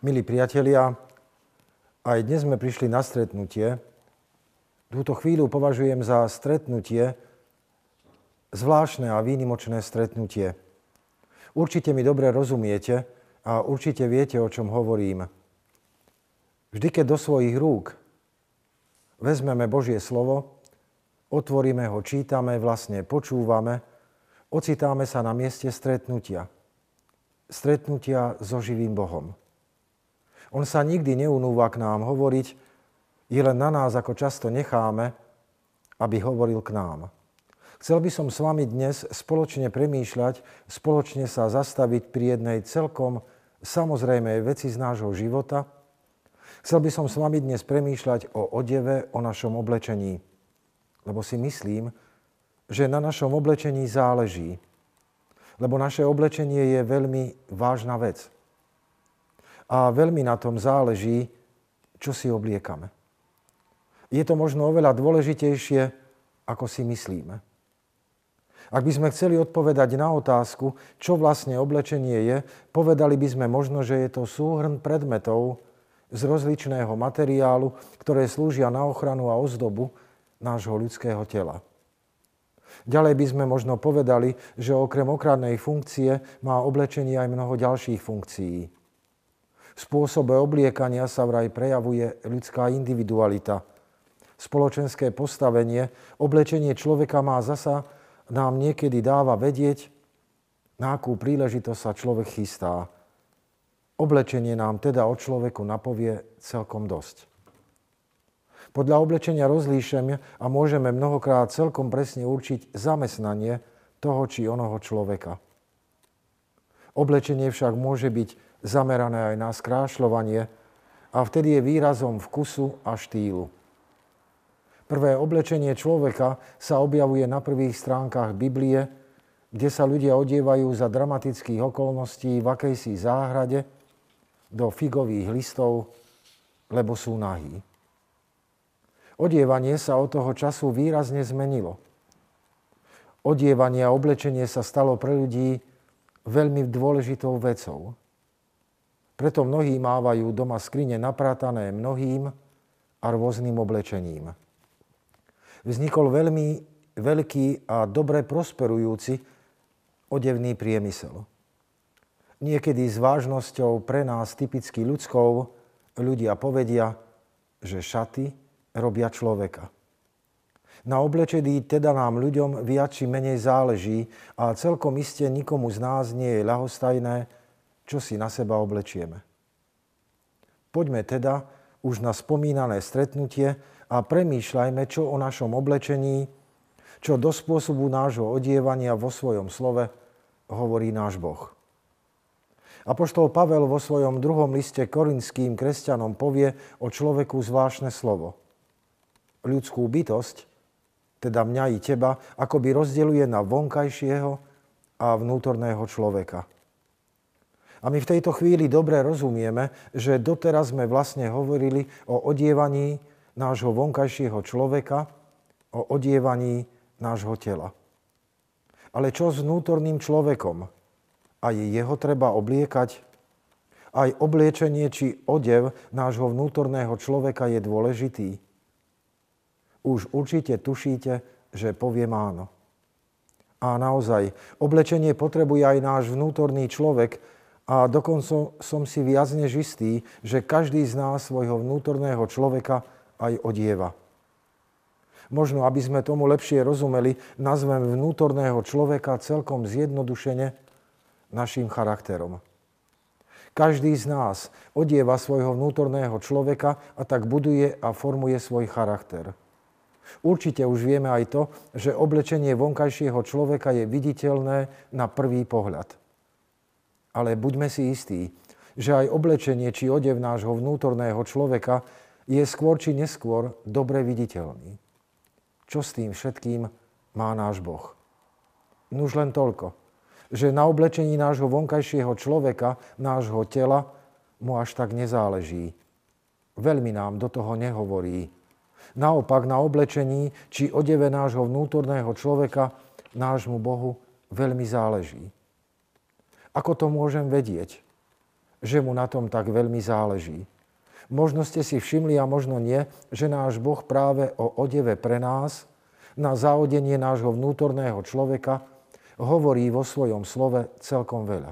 Milí priatelia, aj dnes sme prišli na stretnutie. Túto chvíľu považujem za stretnutie, zvláštne a výnimočné stretnutie. Určite mi dobre rozumiete a určite viete, o čom hovorím. Vždy, keď do svojich rúk vezmeme Božie slovo, otvoríme ho, čítame, vlastne počúvame, ocitáme sa na mieste stretnutia. Stretnutia so živým Bohom. On sa nikdy neunúva k nám hovoriť, je len na nás, ako často necháme, aby hovoril k nám. Chcel by som s vami dnes spoločne premýšľať, spoločne sa zastaviť pri jednej celkom samozrejmej veci z nášho života. Chcel by som s vami dnes premýšľať o odeve, o našom oblečení. Lebo si myslím, že na našom oblečení záleží. Lebo naše oblečenie je veľmi vážna vec. A veľmi na tom záleží, čo si obliekame. Je to možno oveľa dôležitejšie, ako si myslíme. Ak by sme chceli odpovedať na otázku, čo vlastne oblečenie je, povedali by sme možno, že je to súhrn predmetov z rozličného materiálu, ktoré slúžia na ochranu a ozdobu nášho ľudského tela. Ďalej by sme možno povedali, že okrem ochrannej funkcie má oblečenie aj mnoho ďalších funkcií. V spôsobe obliekania sa vraj prejavuje ľudská individualita. Spoločenské postavenie, oblečenie človeka má zasa nám niekedy dáva vedieť, na akú príležitosť sa človek chystá. Oblečenie nám teda o človeku napovie celkom dosť. Podľa oblečenia rozlíšime a môžeme mnohokrát celkom presne určiť zamestnanie toho či onoho človeka. Oblečenie však môže byť zamerané aj na skrášľovanie a vtedy je výrazom vkusu a štýlu. Prvé oblečenie človeka sa objavuje na prvých stránkach Biblie, kde sa ľudia odievajú za dramatických okolností v akejsi záhrade do figových listov, lebo sú nahí. Odievanie sa od toho času výrazne zmenilo. Odievanie a oblečenie sa stalo pre ľudí veľmi dôležitou vecou. Preto mnohí mávajú doma skrine napratané mnohým a rôznym oblečením. Vznikol veľmi veľký a dobre prosperujúci odevný priemysel. Niekedy s vážnosťou pre nás typicky ľudskou ľudia povedia, že šaty robia človeka. Na oblečení teda nám ľuďom viac či menej záleží a celkom iste nikomu z nás nie je ľahostajné, čo si na seba oblečieme. Poďme teda už na spomínané stretnutie a premýšľajme, čo o našom oblečení, čo do spôsobu nášho odievania vo svojom slove hovorí náš Boh. Apoštol Pavel vo svojom 2. liste korinským kresťanom povie o človeku zvláštne slovo. Ľudskú bytosť, teda mňa i teba, akoby rozdeľuje na vonkajšieho a vnútorného človeka. A my v tejto chvíli dobre rozumieme, že doteraz sme vlastne hovorili o odievaní nášho vonkajšieho človeka, o odievaní nášho tela. Ale čo s vnútorným človekom? Aj jeho treba obliekať? Aj obliečenie či odev nášho vnútorného človeka je dôležitý? Už určite tušíte, že poviem áno. A naozaj, oblečenie potrebuje aj náš vnútorný človek, a dokonca som si viac než istý, že každý z nás svojho vnútorného človeka aj odieva. Možno, aby sme tomu lepšie rozumeli, nazvem vnútorného človeka celkom zjednodušene našim charakterom. Každý z nás odieva svojho vnútorného človeka a tak buduje a formuje svoj charakter. Určite už vieme aj to, že oblečenie vonkajšieho človeka je viditeľné na prvý pohľad. Ale buďme si istí, že aj oblečenie či odev nášho vnútorného človeka je skôr či neskôr dobre viditeľný. Čo s tým všetkým má náš Boh? Nuž len toľko, že na oblečení nášho vonkajšieho človeka, nášho tela, mu až tak nezáleží. Veľmi nám do toho nehovorí. Naopak na oblečení či odeve nášho vnútorného človeka, nášmu Bohu veľmi záleží. Ako to môžem vedieť? že mu na tom tak veľmi záleží. Možno ste si všimli a možno nie, že náš Boh práve o odeve pre nás, na zaodenie nášho vnútorného človeka, hovorí vo svojom slove celkom veľa.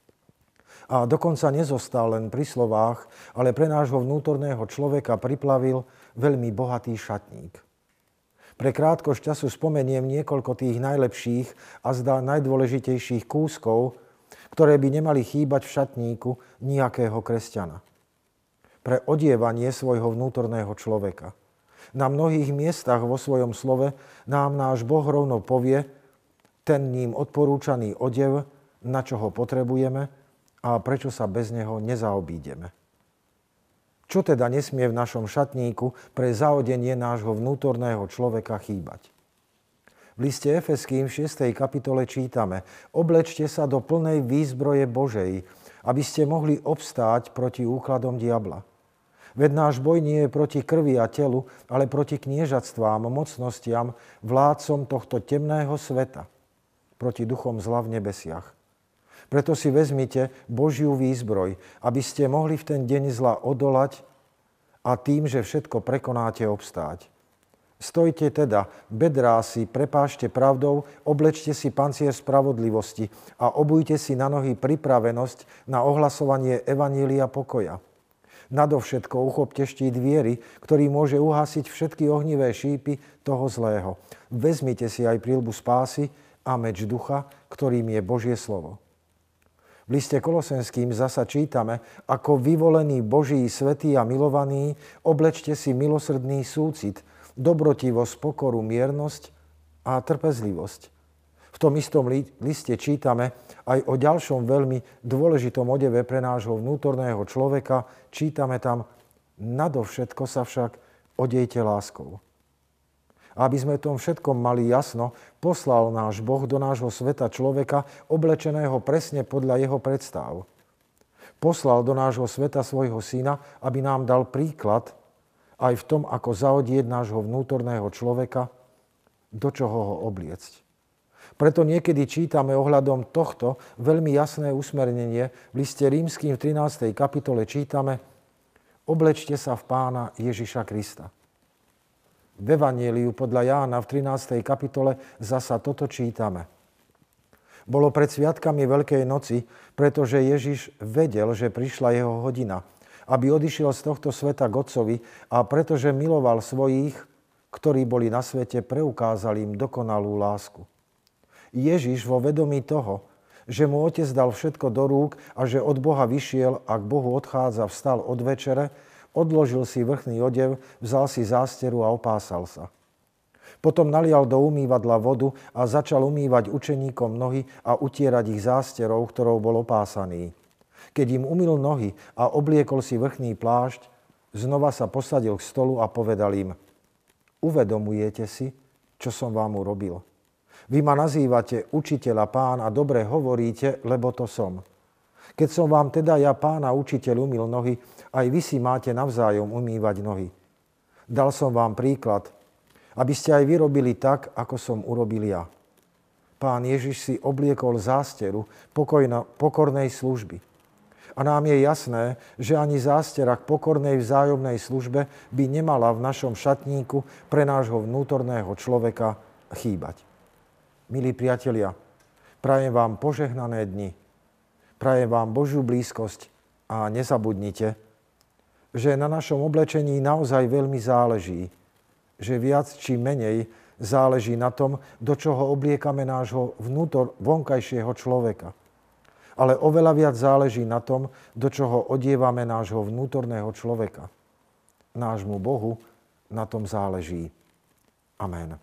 A dokonca nezostal len pri slovách, ale pre nášho vnútorného človeka priplavil veľmi bohatý šatník. Pre krátkosť času spomeniem niekoľko tých najlepších a zdá najdôležitejších kúskov, ktoré by nemali chýbať v šatníku nejakého kresťana. Pre odievanie svojho vnútorného človeka. Na mnohých miestach vo svojom slove nám náš Boh rovno povie ten ním odporúčaný odev, na čo ho potrebujeme a prečo sa bez neho nezaobídeme. Čo teda nesmie v našom šatníku pre zaodenie nášho vnútorného človeka chýbať? V liste Efeským v 6. kapitole čítame: Oblečte sa do plnej výzbroje Božej, aby ste mohli obstáť proti úkladom diabla. Veď náš boj nie je proti krvi a telu, ale proti kniežatstvám, mocnostiam, vládcom tohto temného sveta, proti duchom zla v nebesiach. Preto si vezmite Božiu výzbroj, aby ste mohli v ten deň zla odolať a tým, že všetko prekonáte, obstáť. Stojte teda, bedrá si prepážte pravdou, oblečte si pancier spravodlivosti a obujte si na nohy pripravenosť na ohlasovanie evanília pokoja. Nadovšetko uchopte štít viery, ktorý môže uhasiť všetky ohnivé šípy toho zlého. Vezmite si aj príľbu spásy a meč ducha, ktorým je Božie slovo. V liste Kolosenským zasa čítame: Ako vyvolení Boží, svätí a milovaní, oblečte si milosrdný súcit, dobrotivosť, pokoru, miernosť a trpezlivosť. V tom istom liste čítame aj o ďalšom veľmi dôležitom odeve pre nášho vnútorného človeka. Čítame tam: Nadovšetko sa však odejte láskou. A aby sme v tom všetkom mali jasno, poslal náš Boh do nášho sveta človeka, oblečeného presne podľa jeho predstav. Poslal do nášho sveta svojho syna, aby nám dal príklad aj v tom, ako zaodieť nášho vnútorného človeka, do čoho ho obliecť. Preto niekedy čítame ohľadom tohto veľmi jasné usmernenie. V liste Rímskym v 13. kapitole čítame: Oblečte sa v Pána Ježiša Krista. V Evanjeliu podľa Jána v 13. kapitole zasa toto čítame. Bolo pred sviatkami Veľkej noci, pretože Ježiš vedel, že prišla jeho hodina, aby odišiel z tohto sveta k Otcovi, a pretože miloval svojich, ktorí boli na svete, preukázal im dokonalú lásku. Ježiš vo vedomí toho, že mu Otec dal všetko do rúk a že od Boha vyšiel a k Bohu odchádza, vstal od večere, odložil si vrchný odev, vzal si zásteru a opásal sa. Potom nalial do umývadla vodu a začal umývať učeníkom nohy a utierať ich zásterou, ktorou bol opásaný. Keď im umyl nohy a obliekol si vrchný plášť, znova sa posadil k stolu a povedal im: Uvedomujete si, čo som vám urobil? Vy ma nazývate učiteľ a pán a dobre hovoríte, lebo to som. Keď som vám teda ja, pán a učiteľ, umyl nohy, aj vy si máte navzájom umývať nohy. Dal som vám príklad, aby ste aj vy robili tak, ako som urobil ja. Pán Ježiš si obliekol zásteru pokornej služby. A nám je jasné, že ani zástera k pokornej vzájomnej službe by nemala v našom šatníku pre nášho vnútorného človeka chýbať. Milí priatelia, prajem vám požehnané dni. Prajem vám Božiu blízkosť a nezabudnite, že na našom oblečení naozaj veľmi záleží, že viac či menej záleží na tom, do čoho obliekame nášho vonkajšieho človeka. Ale oveľa viac záleží na tom, do čoho odievame nášho vnútorného človeka. Nášmu Bohu na tom záleží. Amen.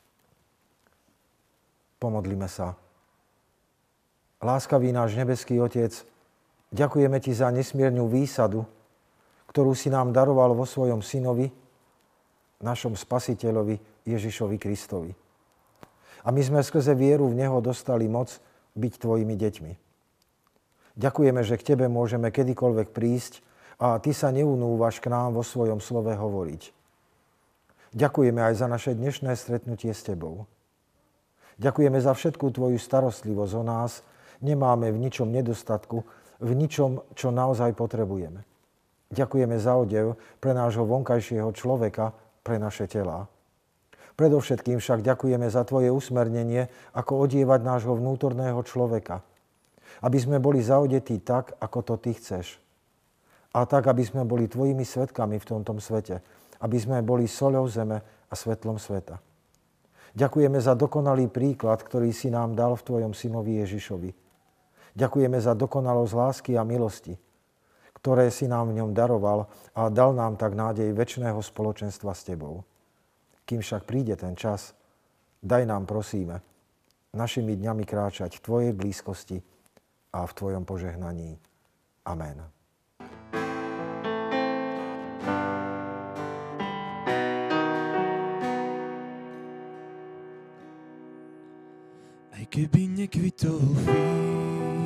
Pomodlíme sa. Láskavý náš nebeský Otec, ďakujeme Ti za nesmiernu výsadu, ktorú si nám daroval vo svojom Synovi, našom Spasiteľovi Ježišovi Kristovi. A my sme skrze vieru v Neho dostali moc byť Tvojimi deťmi. Ďakujeme, že k Tebe môžeme kedykoľvek prísť a Ty sa neunúvaš k nám vo svojom slove hovoriť. Ďakujeme aj za naše dnešné stretnutie s Tebou. Ďakujeme za všetkú Tvoju starostlivosť o nás. Nemáme v ničom nedostatku, v ničom, čo naozaj potrebujeme. Ďakujeme za odev pre nášho vonkajšieho človeka, pre naše telá. Predovšetkým však ďakujeme za Tvoje usmernenie, ako odievať nášho vnútorného človeka. Aby sme boli zaodetí tak, ako to Ty chceš. A tak, aby sme boli Tvojimi svedkami v tomto svete. Aby sme boli soľou zeme a svetlom sveta. Ďakujeme za dokonalý príklad, ktorý si nám dal v Tvojom synovi Ježišovi. Ďakujeme za dokonalosť lásky a milosti, ktoré si nám v ňom daroval a dal nám tak nádej večného spoločenstva s Tebou. Kým však príde ten čas, daj nám, prosíme, našimi dňami kráčať v Tvojej blízkosti a v Tvojom požehnaní. Amen. Aj keby nekvitol fík,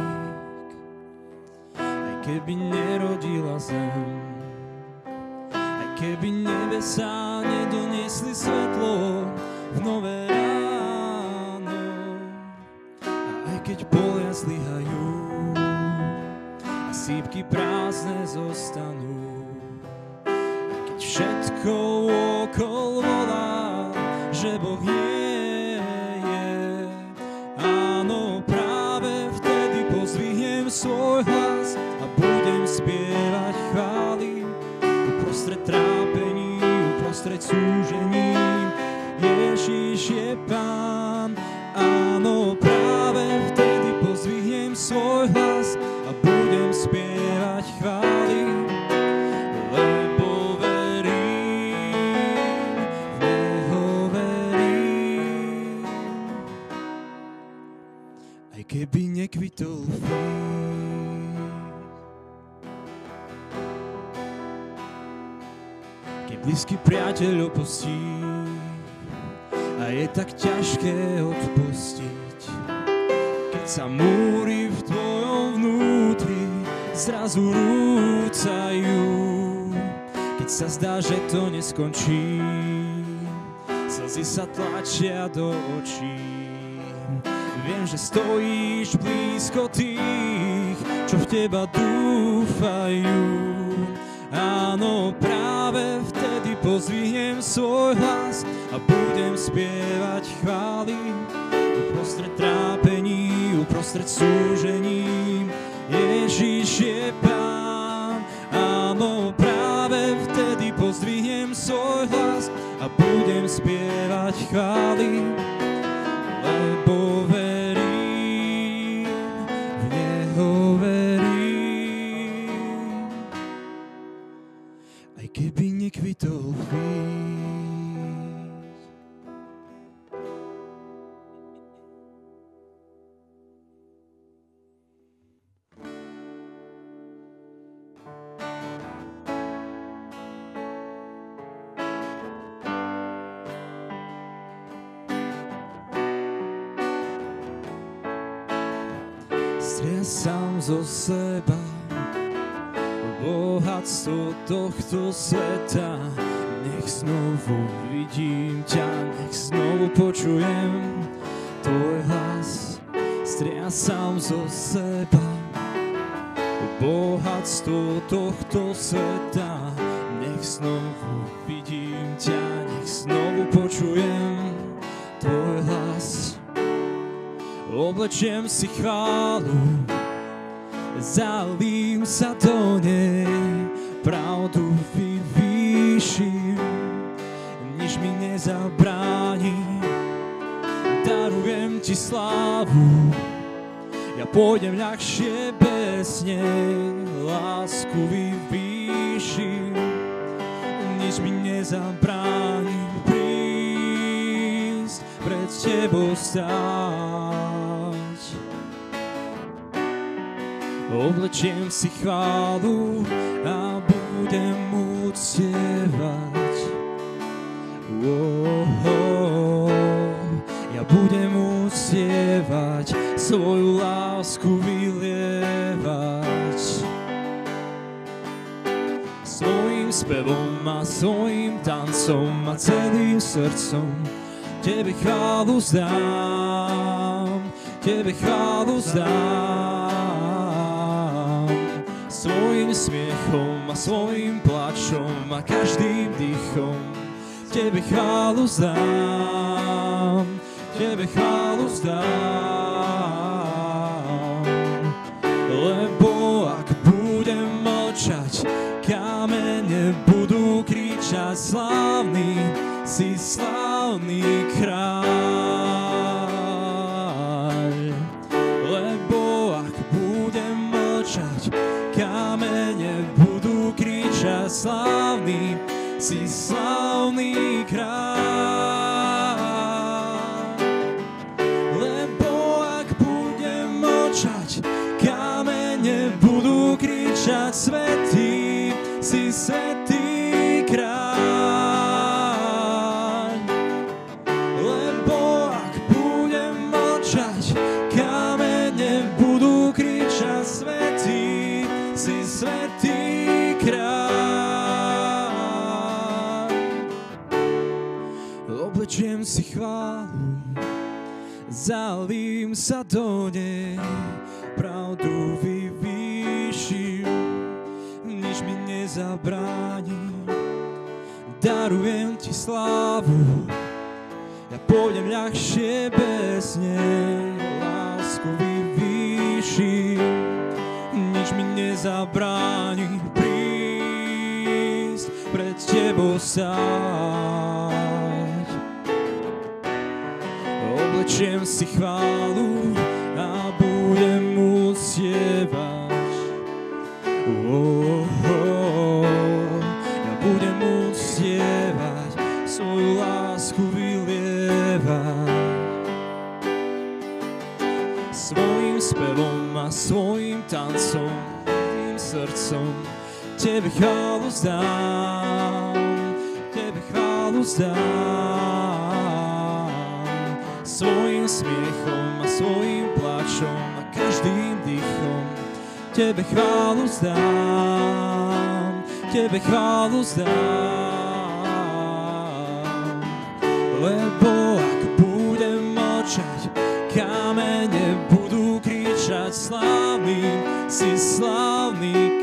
aj keby nerodila zem, aj keby nebesá nedoniesli svetlo v nové ráno, a aj keď polia zlyhajú a sípky prázdne zostanú, aj keď všetko okolo volá, že Boh nie je, áno, práve vtedy pozdvihnem svoj hlas a budem spievať chvály uprostred trápení, uprostred súžení. Ježiš je Pán, áno, práve vtedy pozdvihnem svoj hlas a budem spievať chvály, lebo verím, v Neho verím. Aj keby nekvitol fík, keď blízky priateľ opustí a je tak ťažké odpustiť, keď sa múry v tvojom vnútri zrazu rúcajú, keď sa zdá, že to neskončí, slzy sa tlačia do očí. Viem, že stojíš blízko tých, čo v teba dúfajú. Áno, práve vtedy pozdvihnem svoj hlas a budem spievať chvály uprostred trápení, uprostred súžení. Ježiš je Pán, áno, práve vtedy pozdvihnem svoj hlas a budem spievať chvály, lebo verím, v Neho verím. Aj keby nekvitol fík. Striasam zo seba bohatstvo tohto sveta. Nech znovu vidím ťa, nech znovu počujem tvoj hlas. Striasam zo seba bohatstvo tohto sveta. Nech znovu vidím ťa, nech znovu počujem tvoj hlas. Oblečiem si chválu, zalím sa do nej, pravdu vyvýšim, nič mi nezabráni. Darujem ti slávu, ja pôjdem ľahšie bez nej, lásku vyvýšim, nič mi nezabráni prísť pred tebou stáť. Oblečiem si chválu a budem uctievať. Ja budem uctievať, svoju lásku vylievať. Svojím spevom a svojím tancom a celým srdcom Tebe chválu vzdám, Tebe chválu vzdám. svojim smiechom a svojim plačom a každým dýchom. Tebe chválu vzdám, Tebe chválu vzdám. Lebo ak budem mlčať, kamene budú kričať, slávny si slávny kráľ. Lebo ak budem mlčať, kamene budú kričať, slávny si slávny kráľ. Lebo ak budem mlčať, kamene budú kričať, svätý si svätý kráľ. Lebo ak budem mlčať, kamene budú kričať, svätý si svätý kráľ. Oblečiem si chválu, zalím sa do nej, pravdu vyvýšim, nič mi nezabráni. Darujem ti slávu, ja pôjdem ľahšie bez nej, lásku vyvýšim, nič mi nezabráni prísť pred tebou stáť. Oblečiem si chválu a budem uctievať. Ja budem uctievať, svoju lásku vylievať. Svojím spevom a svojím tancom, svojím srdcom, Tebe chválu vzdám, Tebe chválu vzdám. Svojím smiechom a svojím plačom a každým dýchom, Tebe chválu vzdám, Tebe chválu vzdám. Lebo ak budem mlčať, kamene budú kričať, slávny si slávny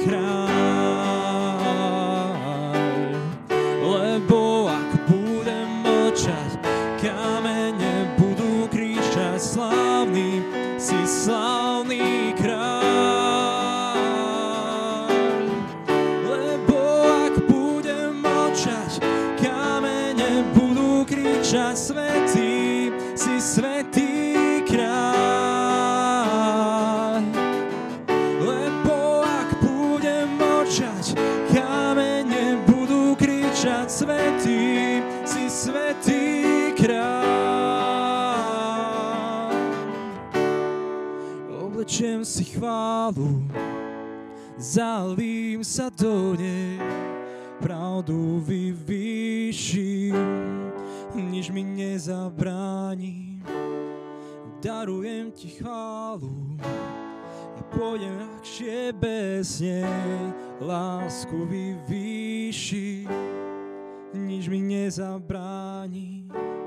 kráľ. Lebo ak budem mlčať, kamene budú kričať, slávny si slávny kráľ. Lebo ak budem mlčať, kamene budú kričať, svätý si svätý kráľ. Lebo ak budem mlčať, kamene budú kričať, svätý si svätý kráľ. Oblečiem si chválu, zalím sa do nej, pravdu vyvýšim, nič mi nezabráni. Darujem ti chválu, ja pôjdem ľahšie bez nej, lásku vyvýšim, nič mi nezabráni.